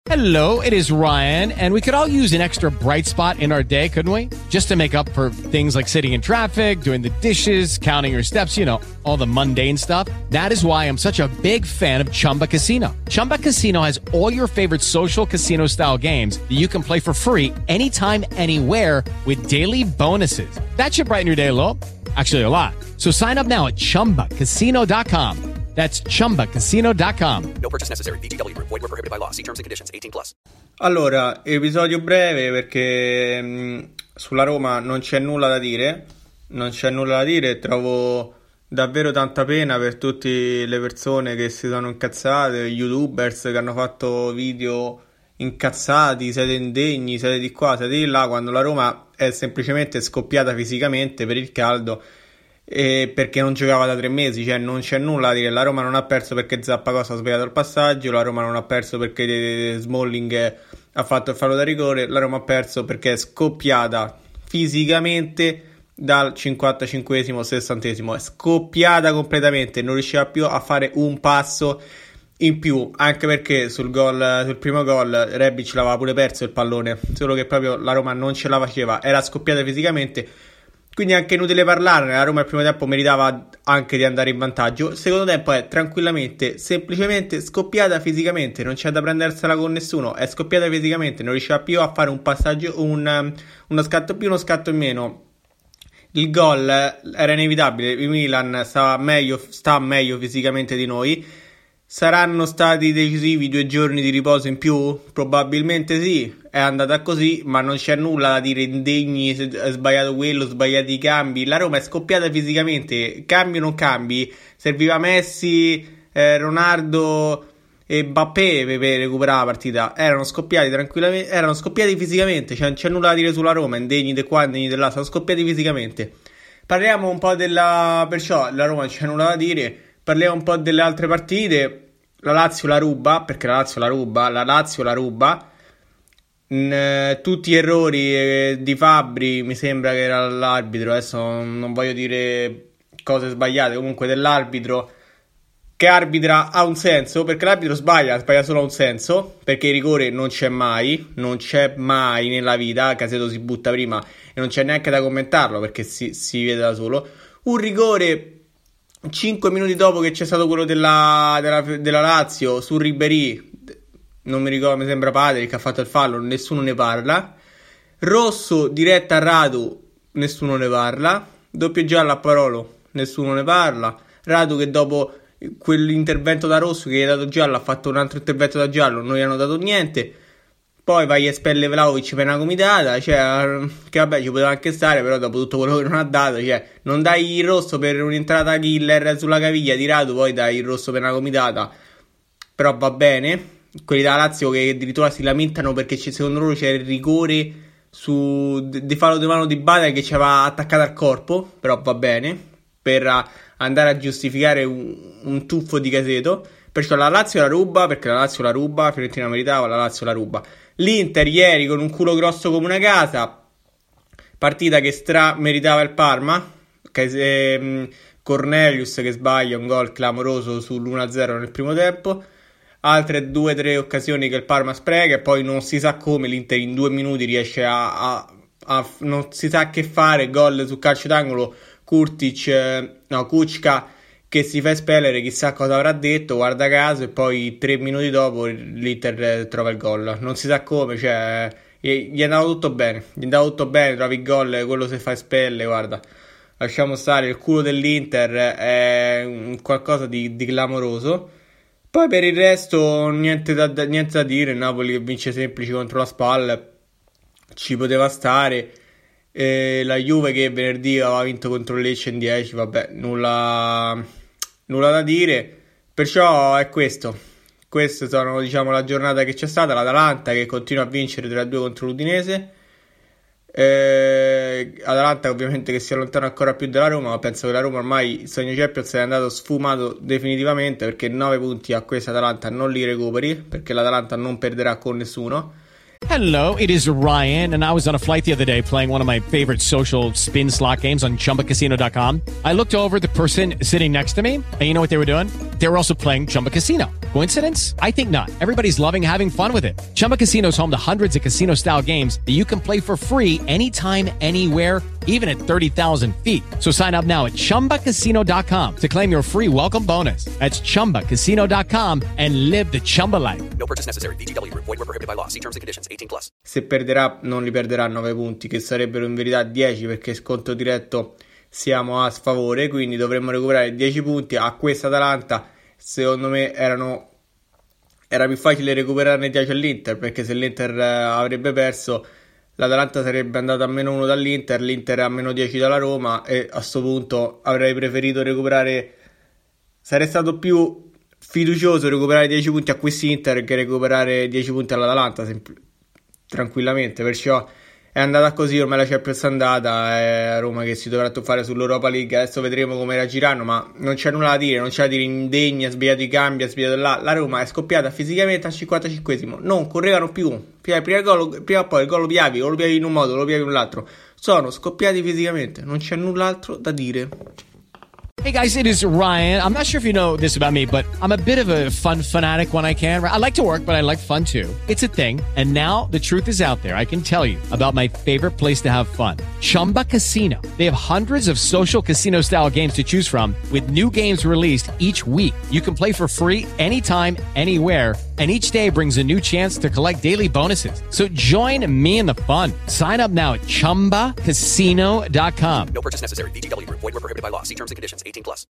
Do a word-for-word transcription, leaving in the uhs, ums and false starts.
Hello, it is Ryan, and we could all use an extra bright spot in our day, couldn't we? Just to make up for things like sitting in traffic, doing the dishes, counting your steps, you know, all the mundane stuff. That is why I'm such a big fan of Chumba Casino. Chumba Casino has all your favorite social casino-style games that you can play for free anytime, anywhere with daily bonuses. That should brighten your day a little. Actually, a lot. So sign up now at chumba casino dot com. That's chumba casino dot com. No purchase necessary. V G W Group. Void where prohibited by law. See terms and conditions. eighteen plus. Allora, episodio breve perché mh, sulla Roma non c'è nulla da dire. Non c'è nulla da dire. Trovo davvero tanta pena per tutte le persone che si sono incazzate, youtubers che hanno fatto video incazzati, siete indegni, siete di qua, siete di là, quando la Roma è semplicemente scoppiata fisicamente per il caldo. E perché non giocava da tre mesi, cioè non c'è nulla da dire. La Roma non ha perso perché Zappacosta ha sbagliato il passaggio, la Roma non ha perso perché Smalling ha fatto il fallo da rigore, la Roma ha perso perché è scoppiata fisicamente dal cinquantacinquesimo sessantesimo, è scoppiata completamente, non riusciva più a fare un passo in più, anche perché sul gol, sul primo gol Rebic l'aveva pure perso il pallone, solo che proprio la Roma non ce la faceva, era scoppiata fisicamente. Quindi è anche inutile parlarne, la Roma al primo tempo meritava anche di andare in vantaggio. Il secondo tempo è tranquillamente, semplicemente scoppiata fisicamente, non c'è da prendersela con nessuno, è scoppiata fisicamente, non riusciva più a fare un passaggio, un, uno scatto più, uno scatto in meno. Il gol era inevitabile, il Milan stava meglio, sta meglio fisicamente di noi. Saranno stati decisivi due giorni di riposo in più? Probabilmente sì, è andata così, ma non c'è nulla da dire indegni, è sbagliato quello, sbagliati i cambi. La Roma è scoppiata fisicamente, cambi o non cambi, serviva Messi, eh, Ronaldo e Mbappé per recuperare la partita, erano scoppiati tranquillamente, erano scoppiati fisicamente, cioè non c'è nulla da dire sulla Roma, indegni di qua, indegni di là, sono scoppiati fisicamente. Parliamo un po' della, perciò la Roma non c'è nulla da dire. Parliamo un po' delle altre partite. La Lazio la ruba, perché la Lazio la ruba, la Lazio la ruba. Mm, tutti gli errori eh, di Fabbri, mi sembra che era l'arbitro, adesso non, non voglio dire cose sbagliate, comunque dell'arbitro che arbitra ha un senso, perché l'arbitro sbaglia, sbaglia solo a un senso, perché il rigore non c'è mai, non c'è mai nella vita, Casedo si butta prima e non c'è neanche da commentarlo perché si, si vede da solo. Un rigore cinque minuti dopo che c'è stato quello della, della, della Lazio su Ribéry, non mi ricordo, mi sembra Padre che ha fatto il fallo, nessuno ne parla. Rosso diretto a Radu, nessuno ne parla. Doppio giallo a Parolo, nessuno ne parla. Radu che dopo quell'intervento da rosso che gli ha dato giallo ha fatto un altro intervento da giallo, non gli hanno dato niente. Poi vai a espelle Vlahovic per una comitata, cioè, che vabbè ci poteva anche stare, però dopo tutto quello che non ha dato, cioè, non dai il rosso per un'entrata killer sulla caviglia di Radu, poi dai il rosso per una comitata, però va bene. Quelli della Lazio che addirittura si lamentano perché secondo loro c'è il rigore su di fallo di mano di Bada che ci aveva attaccato al corpo, però va bene, per andare a giustificare un, un tuffo di Caseto. Perciò la Lazio la ruba, perché la Lazio la ruba, la Fiorentina meritava, la Lazio la ruba. L'Inter ieri con un culo grosso come una casa, partita che stra meritava il Parma, che, eh, Cornelius che sbaglia un gol clamoroso sull'uno a zero nel primo tempo, altre due o tre occasioni che il Parma spreca e poi non si sa come l'Inter in due minuti riesce a, a, a non si sa che fare, gol su calcio d'angolo, Kurtic, eh, no Kučka che si fa espellere, chissà cosa avrà detto, guarda caso, e poi tre minuti dopo l'Inter trova il gol, non si sa come, cioè gli è andato tutto bene, gli è andato tutto bene, trovi il gol, quello se fa espelle, guarda, lasciamo stare, il culo dell'Inter è qualcosa di, di clamoroso. Poi per il resto niente da, niente da dire, Napoli che vince semplice contro la Spal, ci poteva stare. E la Juve che venerdì aveva vinto contro il Lecce in dieci, vabbè, nulla, nulla da dire. Perciò è questo. Queste sono, diciamo, la giornata che c'è stata. L'Atalanta che continua a vincere tre a due contro l'Udinese. Eh, Atalanta ovviamente che si allontana ancora più della Roma, ma penso che la Roma ormai il sogno Champions è andato sfumato definitivamente, perché nove punti a questa Atalanta non li recuperi, perché l'Atalanta non perderà con nessuno. Hello, it is Ryan, and I was on a flight the other day playing one of my favorite social spin slot games on chumba casino dot com. I looked over at the person sitting next to me, and you know what they were doing? They were also playing Chumba Casino. Coincidence? I think not. Everybody's loving having fun with it. Chumba Casino is home to hundreds of casino-style games that you can play for free anytime, anywhere, even at thirty thousand feet. So sign up now at chumba casino dot com to claim your free welcome bonus. That's chumba casino dot com and live the Chumba life. No purchase necessary. V G W. Void where prohibited by law. See terms and conditions. eighteen plus. Se perderà, non li perderà nove punti, che sarebbero in verità dieci, perché sconto diretto siamo a sfavore, quindi dovremmo recuperare dieci punti. A questa Atalanta secondo me erano era più facile recuperarne dieci all'Inter, perché se l'Inter eh, avrebbe perso, l'Atalanta sarebbe andata a meno uno dall'Inter, l'Inter a meno dieci dalla Roma, e a sto punto avrei preferito recuperare, sarei stato più fiducioso recuperare dieci punti a quest'Inter che recuperare dieci punti all'Atalanta, sempl- tranquillamente. Perciò è andata così, ormai la Champions è andata, è Roma che si dovrà tuffare sull'Europa League. Adesso vedremo come reagiranno, ma non c'è nulla da dire, non c'è da dire indegni, ha sbagliato i cambi, ha sbagliato là. La Roma è scoppiata fisicamente al cinquantacinquesimo, non correvano più, prima, gol, prima o poi il gol lo piavi, o lo piavi in un modo, o lo piavi in un altro, sono scoppiati fisicamente, non c'è null'altro da dire. Hey guys, it is Ryan. I'm not sure if you know this about me, but I'm a bit of a fun fanatic when I can. I like to work, but I like fun too. It's a thing. And now the truth is out there. I can tell you about my favorite place to have fun. Chumba Casino. They have hundreds of social casino style games to choose from with new games released each week. You can play for free anytime, anywhere. And each day brings a new chance to collect daily bonuses. So join me in the fun. Sign up now at chumba casino dot com. No purchase necessary. V G W. Void where prohibited by law. See terms and conditions. eighteen plus.